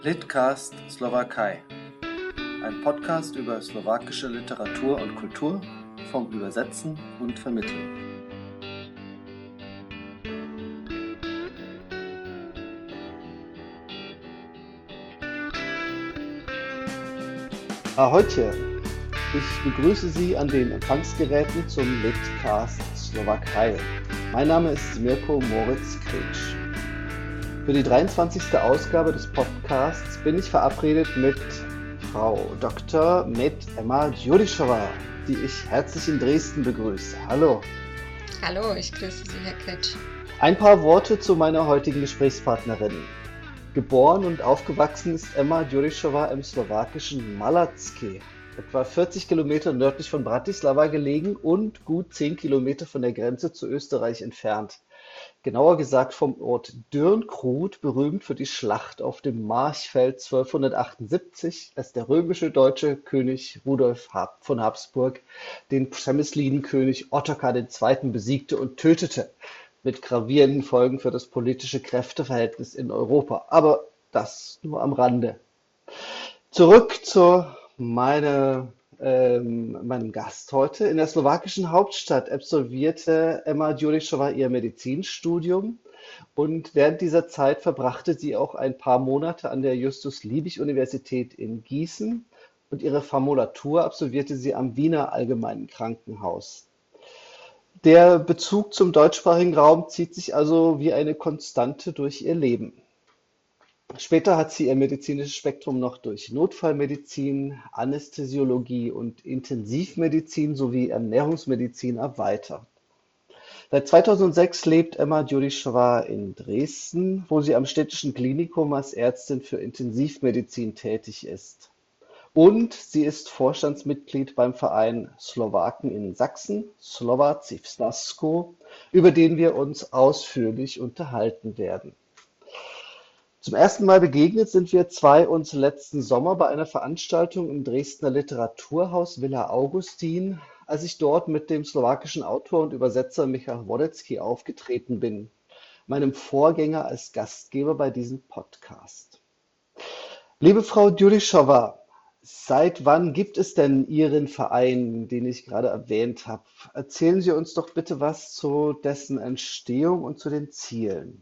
Litcast Slowakei, ein Podcast über slowakische Literatur und Kultur vom Übersetzen und Vermitteln. Ahojte! Ich begrüße Sie an den Empfangsgeräten zum Litcast Slowakei. Mein Name ist Mirko Moritz Kretsch. Für die 23. Ausgabe des Podcasts bin ich verabredet mit Frau Dr. Med Emma Djurišová, die ich herzlich in Dresden begrüße. Hallo. Hallo, ich grüße Sie, Herr Kretsch. Ein paar Worte zu meiner heutigen Gesprächspartnerin. Geboren und aufgewachsen ist Emma Djurišová im slowakischen Malacky, etwa 40 Kilometer nördlich von Bratislava gelegen und gut 10 Kilometer von der Grenze zu Österreich entfernt. Genauer gesagt vom Ort Dürnkrut, berühmt für die Schlacht auf dem Marchfeld 1278, als der römische-deutsche König Rudolf von Habsburg den Przemyslidenkönig Ottokar II. Besiegte und tötete, mit gravierenden Folgen für das politische Kräfteverhältnis in Europa. Aber das nur am Rande. Zurück zu meinem Gast heute. In der slowakischen Hauptstadt absolvierte Emma Djurišová ihr Medizinstudium und während dieser Zeit verbrachte sie auch ein paar Monate an der Justus-Liebig-Universität in Gießen und ihre Formulatur absolvierte sie am Wiener Allgemeinen Krankenhaus. Der Bezug zum deutschsprachigen Raum zieht sich also wie eine Konstante durch ihr Leben. Später hat sie ihr medizinisches Spektrum noch durch Notfallmedizin, Anästhesiologie und Intensivmedizin sowie Ernährungsmedizin erweitert. Seit 2006 lebt Emma Djurišová in Dresden, wo sie am Städtischen Klinikum als Ärztin für Intensivmedizin tätig ist. Und sie ist Vorstandsmitglied beim Verein Slowaken in Sachsen, Slováci v Sasku, über den wir uns ausführlich unterhalten werden. Zum ersten Mal begegnet sind wir uns letzten Sommer bei einer Veranstaltung im Dresdner Literaturhaus Villa Augustin, als ich dort mit dem slowakischen Autor und Übersetzer Michal Wodecký aufgetreten bin, meinem Vorgänger als Gastgeber bei diesem Podcast. Liebe Frau Djurišová, seit wann gibt es denn Ihren Verein, den ich gerade erwähnt habe? Erzählen Sie uns doch bitte was zu dessen Entstehung und zu den Zielen.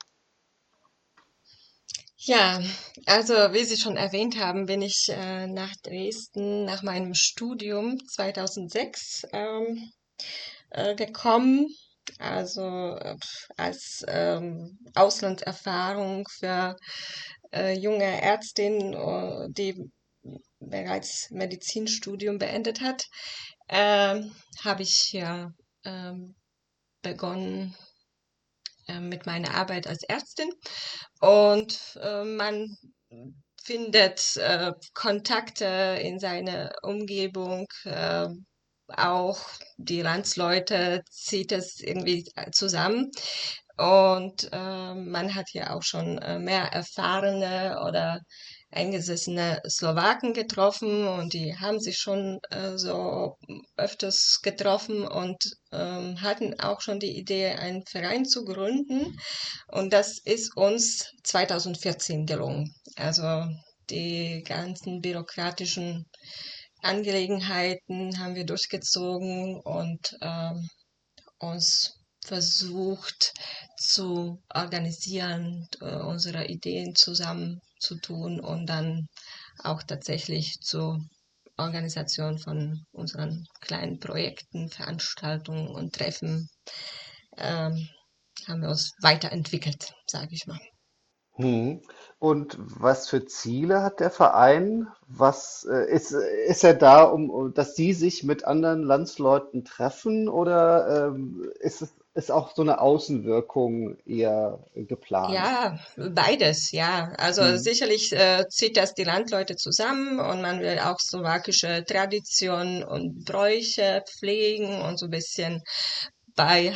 Ja, also wie Sie schon erwähnt haben, bin ich nach Dresden nach meinem Studium 2006 gekommen, also als Auslandserfahrung für junge Ärztin, die bereits Medizinstudium beendet hat, habe ich hier begonnen mit meiner Arbeit als Ärztin und man findet Kontakte in seiner Umgebung, auch die Landsleute zieht es irgendwie zusammen und man hat hier auch schon mehr erfahrene oder eingesessene Slowaken getroffen und die haben sich schon so öfters getroffen und hatten auch schon die Idee, einen Verein zu gründen. Und das ist uns 2014 gelungen. Also die ganzen bürokratischen Angelegenheiten haben wir durchgezogen und uns versucht zu organisieren, unsere Ideen zusammenzutun und dann auch tatsächlich zur Organisation von unseren kleinen Projekten, Veranstaltungen und Treffen haben wir uns weiterentwickelt, sage ich mal. Und was für Ziele hat der Verein? Ist er da, dass Sie sich mit anderen Landsleuten treffen oder ist auch so eine Außenwirkung eher geplant? Ja, beides, ja. Also Hm. sicherlich zieht das die Landleute zusammen und man will auch slowakische Traditionen und Bräuche pflegen und so ein bisschen bei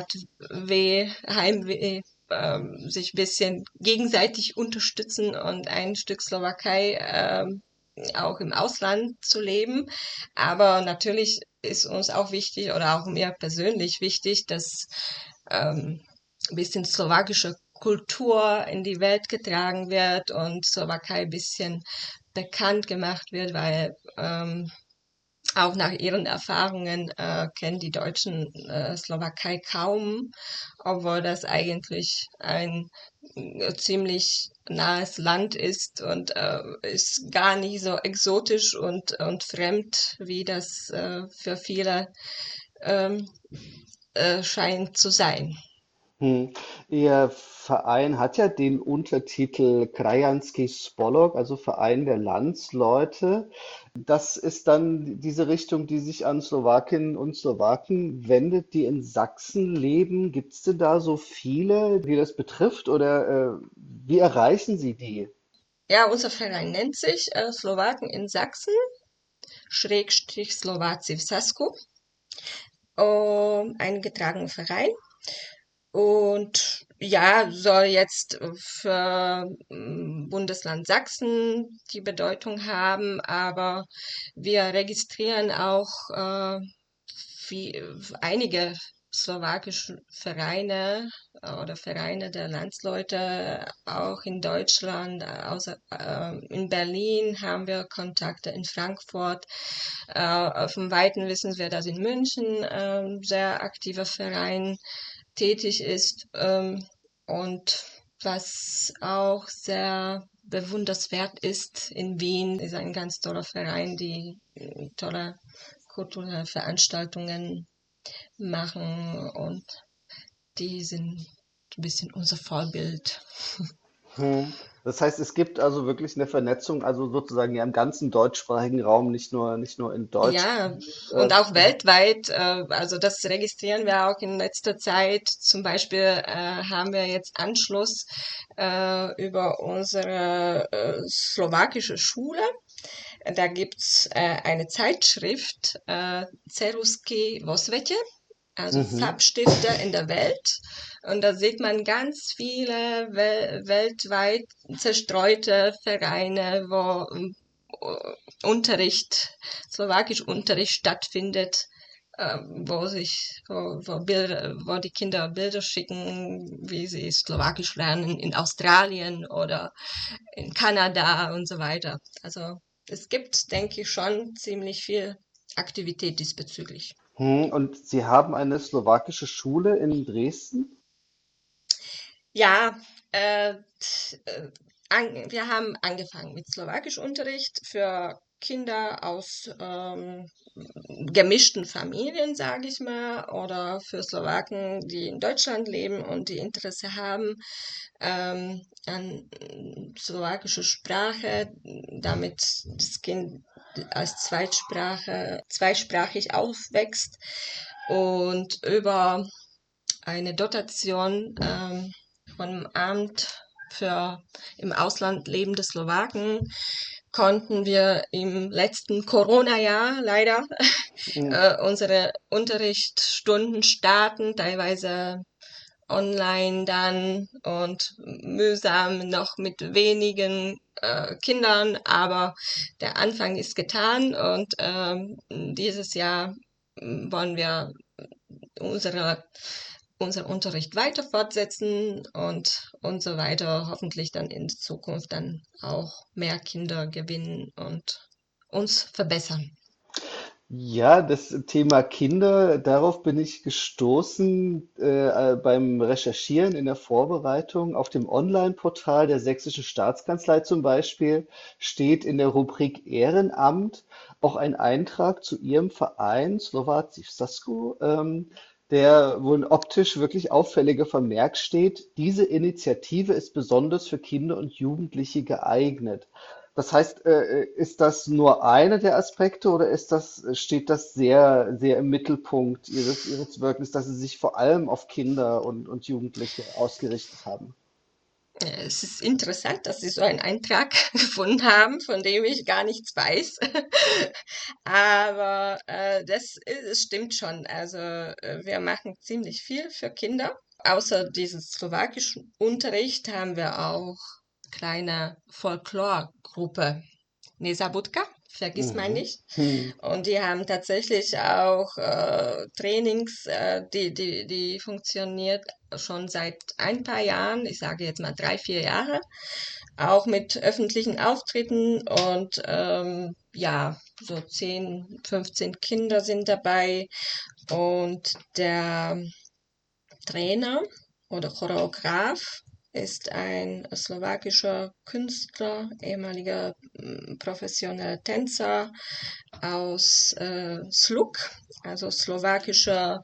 Heimweh, sich ein bisschen gegenseitig unterstützen und ein Stück Slowakei auch im Ausland zu leben. Aber natürlich ist uns auch wichtig oder auch mir persönlich wichtig, dass ein bisschen slowakische Kultur in die Welt getragen wird und Slowakei ein bisschen bekannt gemacht wird, weil auch nach ihren Erfahrungen kennen die Deutschen Slowakei kaum, obwohl das eigentlich ein ziemlich nahes Land ist und ist gar nicht so exotisch und fremd, wie das für viele ähm, scheint zu sein. Hm. Ihr Verein hat ja den Untertitel Krajanski Spolok, also Verein der Landsleute. Das ist dann diese Richtung, die sich an Slowakinnen und Slowaken wendet, die in Sachsen leben. Gibt es denn da so viele, die das betrifft, oder wie erreichen Sie die? Ja, unser Verein nennt sich Slowaken in Sachsen, Schrägstrich Slováci v Sasku, eingetragener Verein. Und ja, soll jetzt für Bundesland Sachsen die Bedeutung haben, aber wir registrieren auch einige slowakische Vereine oder Vereine der Landsleute auch in Deutschland, in Berlin haben wir Kontakte, in Frankfurt. Auf dem Weiten wissen wir, dass in München sehr aktiver Verein tätig ist. Und was auch sehr bewundernswert ist, in Wien ist ein ganz toller Verein, die tolle kulturelle Veranstaltungen machen und die sind ein bisschen unser Vorbild. Hm. Das heißt, es gibt also wirklich eine Vernetzung, also sozusagen ja im ganzen deutschsprachigen Raum, nicht nur in Ja, Deutschland. und auch weltweit, also das registrieren wir auch in letzter Zeit. Zum Beispiel haben wir jetzt Anschluss über unsere slowakische Schule. Da gibt's eine Zeitschrift, Cerusky vo svete, also Mhm. Farbstifte in der Welt. Und da sieht man ganz viele weltweit zerstreute Vereine, wo Unterricht, slowakisch Unterricht stattfindet, wo die Kinder Bilder schicken, wie sie Slowakisch lernen in Australien oder in Kanada und so weiter. Also es gibt, denke ich, schon ziemlich viel Aktivität diesbezüglich. Hm. Und Sie haben eine slowakische Schule in Dresden? Ja, wir haben angefangen mit Slowakischunterricht für Kinder aus gemischten Familien, sage ich mal, oder für Slowaken, die in Deutschland leben und die Interesse haben an slowakische Sprache, damit das Kind als Zweitsprache, zweisprachig aufwächst und über eine Dotation vom Amt für im Ausland lebende Slowaken konnten wir im letzten Corona-Jahr leider Hm. unsere Unterrichtsstunden starten, teilweise online dann und mühsam noch mit wenigen Kindern, aber der Anfang ist getan und dieses Jahr wollen wir unsere, unseren Unterricht weiter fortsetzen und so weiter, hoffentlich dann in Zukunft dann auch mehr Kinder gewinnen und uns verbessern. Ja, das Thema Kinder, darauf bin ich gestoßen beim Recherchieren in der Vorbereitung. Auf dem Online-Portal der Sächsischen Staatskanzlei zum Beispiel steht in der Rubrik Ehrenamt auch ein Eintrag zu Ihrem Verein Slováci v Sasku, der wohl optisch wirklich auffälliger Vermerk steht. Diese Initiative ist besonders für Kinder und Jugendliche geeignet. Das heißt, ist das nur einer der Aspekte oder steht das sehr, sehr im Mittelpunkt Ihres Wirkens, dass Sie sich vor allem auf Kinder und Jugendliche ausgerichtet haben? Es ist interessant, dass Sie so einen Eintrag gefunden haben, von dem ich gar nichts weiß. Aber es stimmt schon. Also wir machen ziemlich viel für Kinder. Außer dieses slowakischen Unterricht haben wir auch kleine Folklorgruppe Nezabutka. vergisst man Mhm. nicht. Hm. Und die haben tatsächlich auch Trainings, die funktioniert schon seit ein paar Jahren, ich sage jetzt mal 3, 4 Jahre, auch mit öffentlichen Auftritten und ja, so 10, 15 Kinder sind dabei und der Trainer oder Choreograf ist ein slowakischer Künstler, ehemaliger professioneller Tänzer aus SLUK, also slowakischer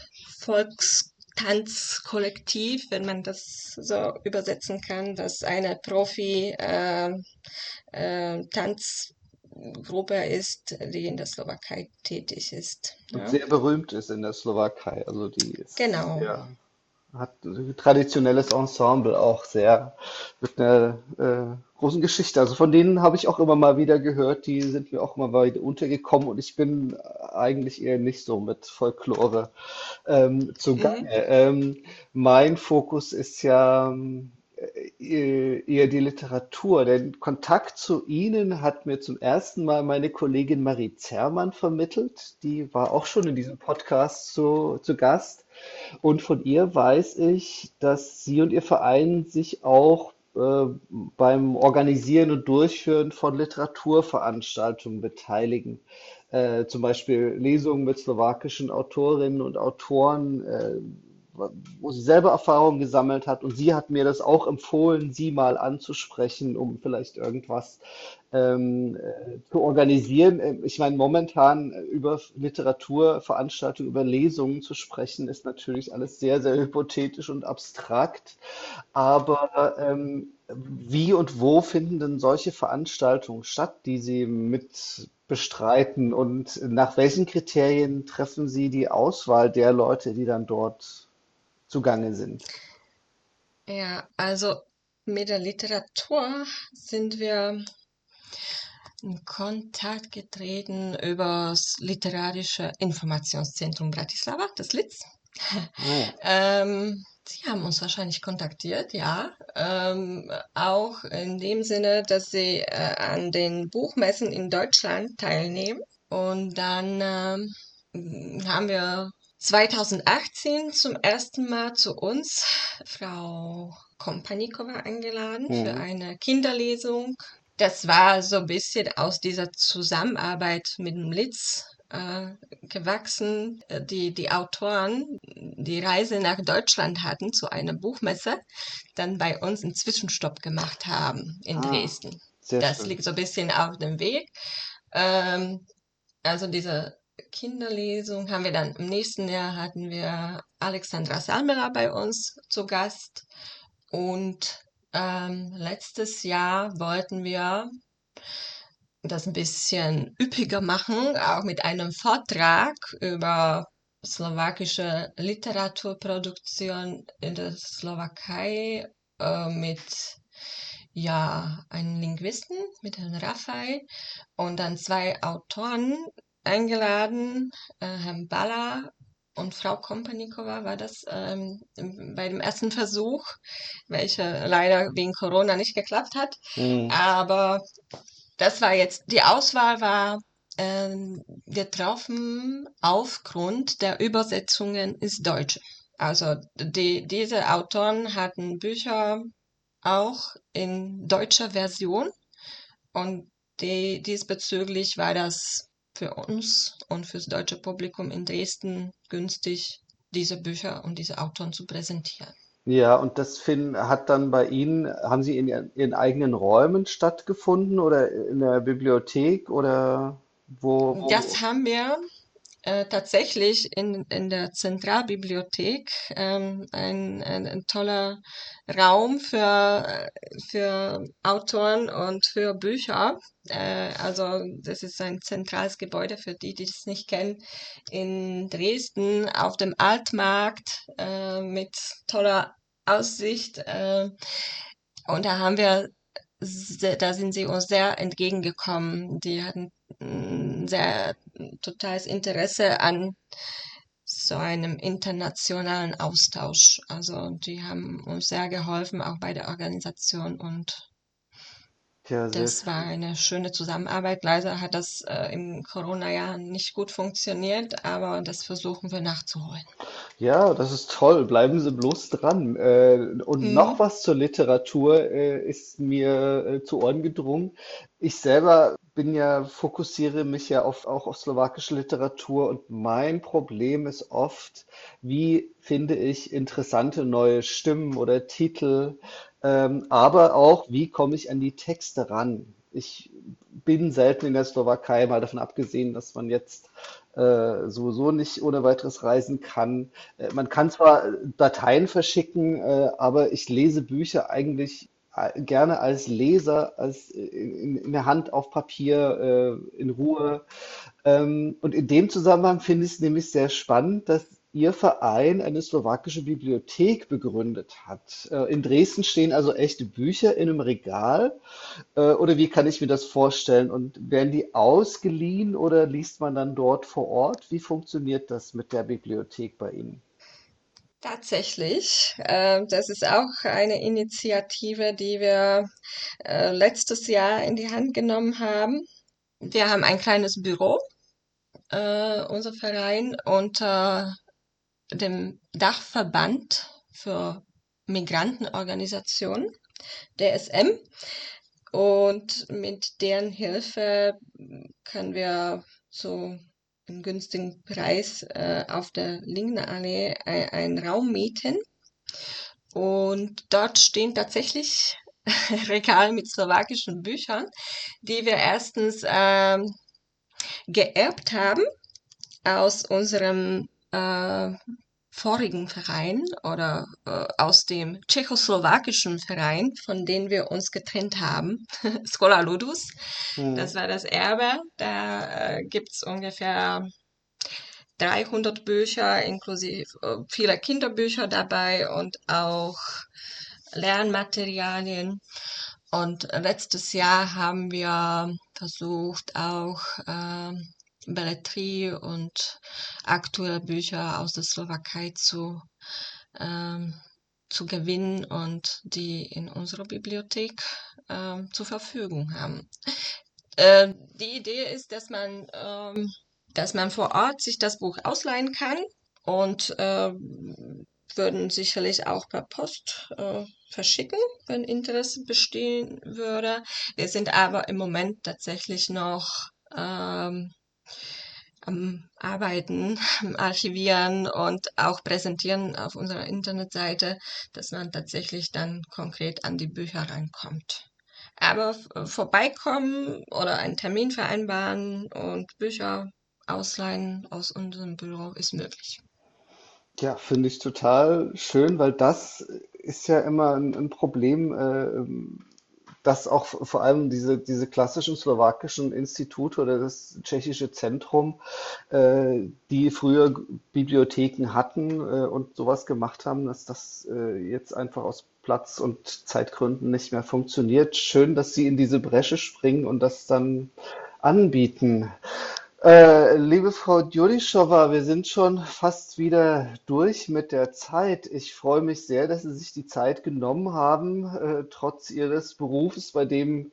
Volkstanzkollektiv, wenn man das so übersetzen kann, das eine Profi-Tanzgruppe ist, die in der Slowakei tätig ist. Und Ja, sehr berühmt ist in der Slowakei. Also die ist, genau. ja, hat ein traditionelles Ensemble auch sehr, mit einer großen Geschichte. Also von denen habe ich auch immer mal wieder gehört, die sind mir auch immer mal wieder untergekommen und ich bin eigentlich eher nicht so mit Folklore zugange. Mhm. Mein Fokus ist ja eher die Literatur. Den Kontakt zu Ihnen hat mir zum ersten Mal meine Kollegin Marie Zermann vermittelt. Die war auch schon in diesem Podcast zu Gast. Und von ihr weiß ich, dass Sie und Ihr Verein sich auch beim Organisieren und Durchführen von Literaturveranstaltungen beteiligen. Zum Beispiel Lesungen mit slowakischen Autorinnen und Autoren, wo sie selber Erfahrungen gesammelt hat. Und sie hat mir das auch empfohlen, sie mal anzusprechen, um vielleicht irgendwas zu organisieren. Ich meine, momentan über Literaturveranstaltungen, über Lesungen zu sprechen, ist natürlich alles sehr, sehr hypothetisch und abstrakt. Aber wie und wo finden denn solche Veranstaltungen statt, die Sie mit bestreiten? Und nach welchen Kriterien treffen Sie die Auswahl der Leute, die dann dort zugange sind? Ja, also mit der Literatur sind wir in Kontakt getreten über das Literarische Informationszentrum Bratislava, das LIZ. Ah ja. Sie haben uns wahrscheinlich kontaktiert, ja. Auch in dem Sinne, dass sie an den Buchmessen in Deutschland teilnehmen. Und dann haben wir 2018 zum ersten Mal zu uns Frau Kompanikova eingeladen für Mhm. eine Kinderlesung. Das war so ein bisschen aus dieser Zusammenarbeit mit dem Litz gewachsen. Die Autoren die Reise nach Deutschland hatten zu einer Buchmesse, dann bei uns einen Zwischenstopp gemacht haben in Ah, Dresden. sehr Das schön. liegt so ein bisschen auf dem Weg. Ähm, also diese Kinderlesung haben wir dann im nächsten Jahr hatten wir Alexandra Salmela bei uns zu Gast und letztes Jahr wollten wir das ein bisschen üppiger machen, auch mit einem Vortrag über slowakische Literaturproduktion in der Slowakei mit ja einem Linguisten, mit Herrn Raphael und dann zwei Autoren eingeladen, Herrn Balla und Frau Kompanikova war das bei dem ersten Versuch, welcher leider wegen Corona nicht geklappt hat. Mhm. Aber das war jetzt, die Auswahl war getroffen aufgrund der Übersetzungen ins Deutsche. Also diese Autoren hatten Bücher auch in deutscher Version und diesbezüglich war das für uns und fürs deutsche Publikum in Dresden günstig, diese Bücher und diese Autoren zu präsentieren. Ja, und das hat dann bei Ihnen, haben Sie in Ihren eigenen Räumen stattgefunden oder in der Bibliothek oder wo? Das haben wir tatsächlich in der Zentralbibliothek ein toller Raum für Autoren und für Bücher. Also das ist ein zentrales Gebäude für die, die das nicht kennen, in Dresden auf dem Altmarkt mit toller Aussicht. Und da sind sie uns sehr entgegengekommen. Die hatten sehr totales Interesse an so einem internationalen Austausch. Also die haben uns sehr geholfen, auch bei der Organisation und Ja, sehr Das war schön. eine schöne Zusammenarbeit. Leider hat das im Corona-Jahr nicht gut funktioniert, aber das versuchen wir nachzuholen. Ja, das ist toll. Bleiben Sie bloß dran. Und noch Hm. was zur Literatur ist mir zu Ohren gedrungen. Ich selber bin ja, fokussiere mich ja auch auf slowakische Literatur und mein Problem ist oft, wie finde ich interessante neue Stimmen oder Titel, aber auch, wie komme ich an die Texte ran. Ich bin selten in der Slowakei, mal davon abgesehen, dass man jetzt sowieso nicht ohne weiteres reisen kann. Man kann zwar Dateien verschicken, aber ich lese Bücher eigentlich gerne als Leser, als in der Hand auf Papier, in Ruhe. Und in dem Zusammenhang finde ich es nämlich sehr spannend, dass Ihr Verein eine slowakische Bibliothek begründet hat. In Dresden stehen also echte Bücher in einem Regal. Oder wie kann ich mir das vorstellen? Und werden die ausgeliehen oder liest man dann dort vor Ort? Wie funktioniert das mit der Bibliothek bei Ihnen? Tatsächlich, das ist auch eine Initiative, die wir letztes Jahr in die Hand genommen haben. Wir haben ein kleines Büro, unser Verein, unter dem Dachverband für Migrantenorganisationen, DSM. Und mit deren Hilfe können wir so einen günstigen Preis auf der Lingnerallee einen Raum mieten. Und dort stehen tatsächlich Regale mit slowakischen Büchern, die wir erstens geerbt haben aus unserem vorigen Verein oder aus dem tschechoslowakischen Verein, von dem wir uns getrennt haben, Schola Ludus. Hm. Das war das Erbe. Da gibt's ungefähr 300 Bücher, inklusive viele Kinderbücher dabei und auch Lernmaterialien. Und letztes Jahr haben wir versucht, auch Belletrie und aktuelle Bücher aus der Slowakei ähm, zu gewinnen und die in unserer Bibliothek zur Verfügung haben. Die Idee ist, dass man vor Ort sich das Buch ausleihen kann und würden sicherlich auch per Post verschicken, wenn Interesse bestehen würde. Wir sind aber im Moment tatsächlich noch am Arbeiten, am Archivieren und auch präsentieren auf unserer Internetseite, dass man tatsächlich dann konkret an die Bücher rankommt. Aber vorbeikommen oder einen Termin vereinbaren und Bücher ausleihen aus unserem Büro ist möglich. Ja, finde ich total schön, weil das ist ja immer ein Problem, dass auch vor allem diese klassischen slowakischen Institute oder das tschechische Zentrum, die früher Bibliotheken hatten und sowas gemacht haben, dass das jetzt einfach aus Platz- und Zeitgründen nicht mehr funktioniert. Schön, dass Sie in diese Bresche springen und das dann anbieten. Liebe Frau Djurischowa, wir sind schon fast wieder durch mit der Zeit. Ich freue mich sehr, dass Sie sich die Zeit genommen haben, trotz Ihres Berufes, bei dem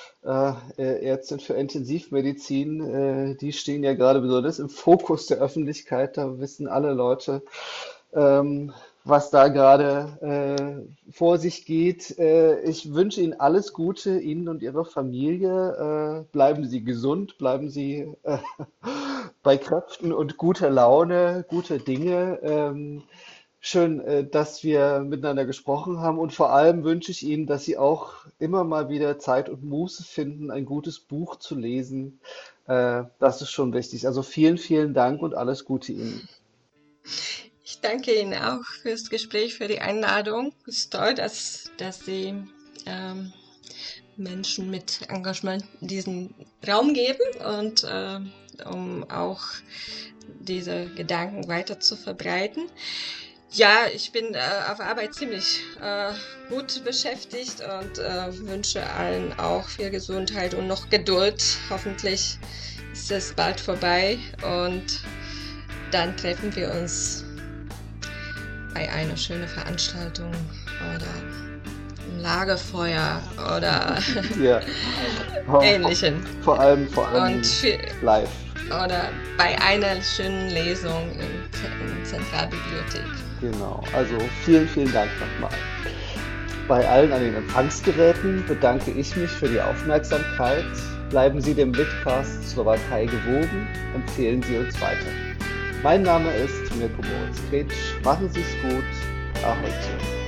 Ärztin für Intensivmedizin, die stehen ja gerade besonders im Fokus der Öffentlichkeit. Da wissen alle Leute, ähm, was da gerade vor sich geht. Ich wünsche Ihnen alles Gute, Ihnen und Ihrer Familie. Bleiben Sie gesund, bleiben Sie bei Kräften und guter Laune, guter Dinge. Schön, dass wir miteinander gesprochen haben und vor allem wünsche ich Ihnen, dass Sie auch immer mal wieder Zeit und Muße finden, ein gutes Buch zu lesen. Das ist schon wichtig. Also vielen, vielen Dank und alles Gute Ihnen. Ich danke Ihnen auch fürs Gespräch, für die Einladung. Es ist toll, dass Sie ähm, Menschen mit Engagement diesen Raum geben und um auch diese Gedanken weiter zu verbreiten. Ja, ich bin auf Arbeit ziemlich gut beschäftigt und wünsche allen auch viel Gesundheit und noch Geduld. Hoffentlich ist es bald vorbei und dann treffen wir uns bei einer schönen Veranstaltung oder im Lagerfeuer oder Ja, vor, Ähnlichem. vor allem Und live. oder bei einer schönen Lesung in Zentralbibliothek. Genau, also vielen, vielen Dank nochmal. Bei allen an den Empfangsgeräten bedanke ich mich für die Aufmerksamkeit. Bleiben Sie dem Litcast Slowakei gewogen, empfehlen Sie uns weiter. Mein Name ist Mirko Moritz-Kretsch. Machen Sie es gut. Ahojte.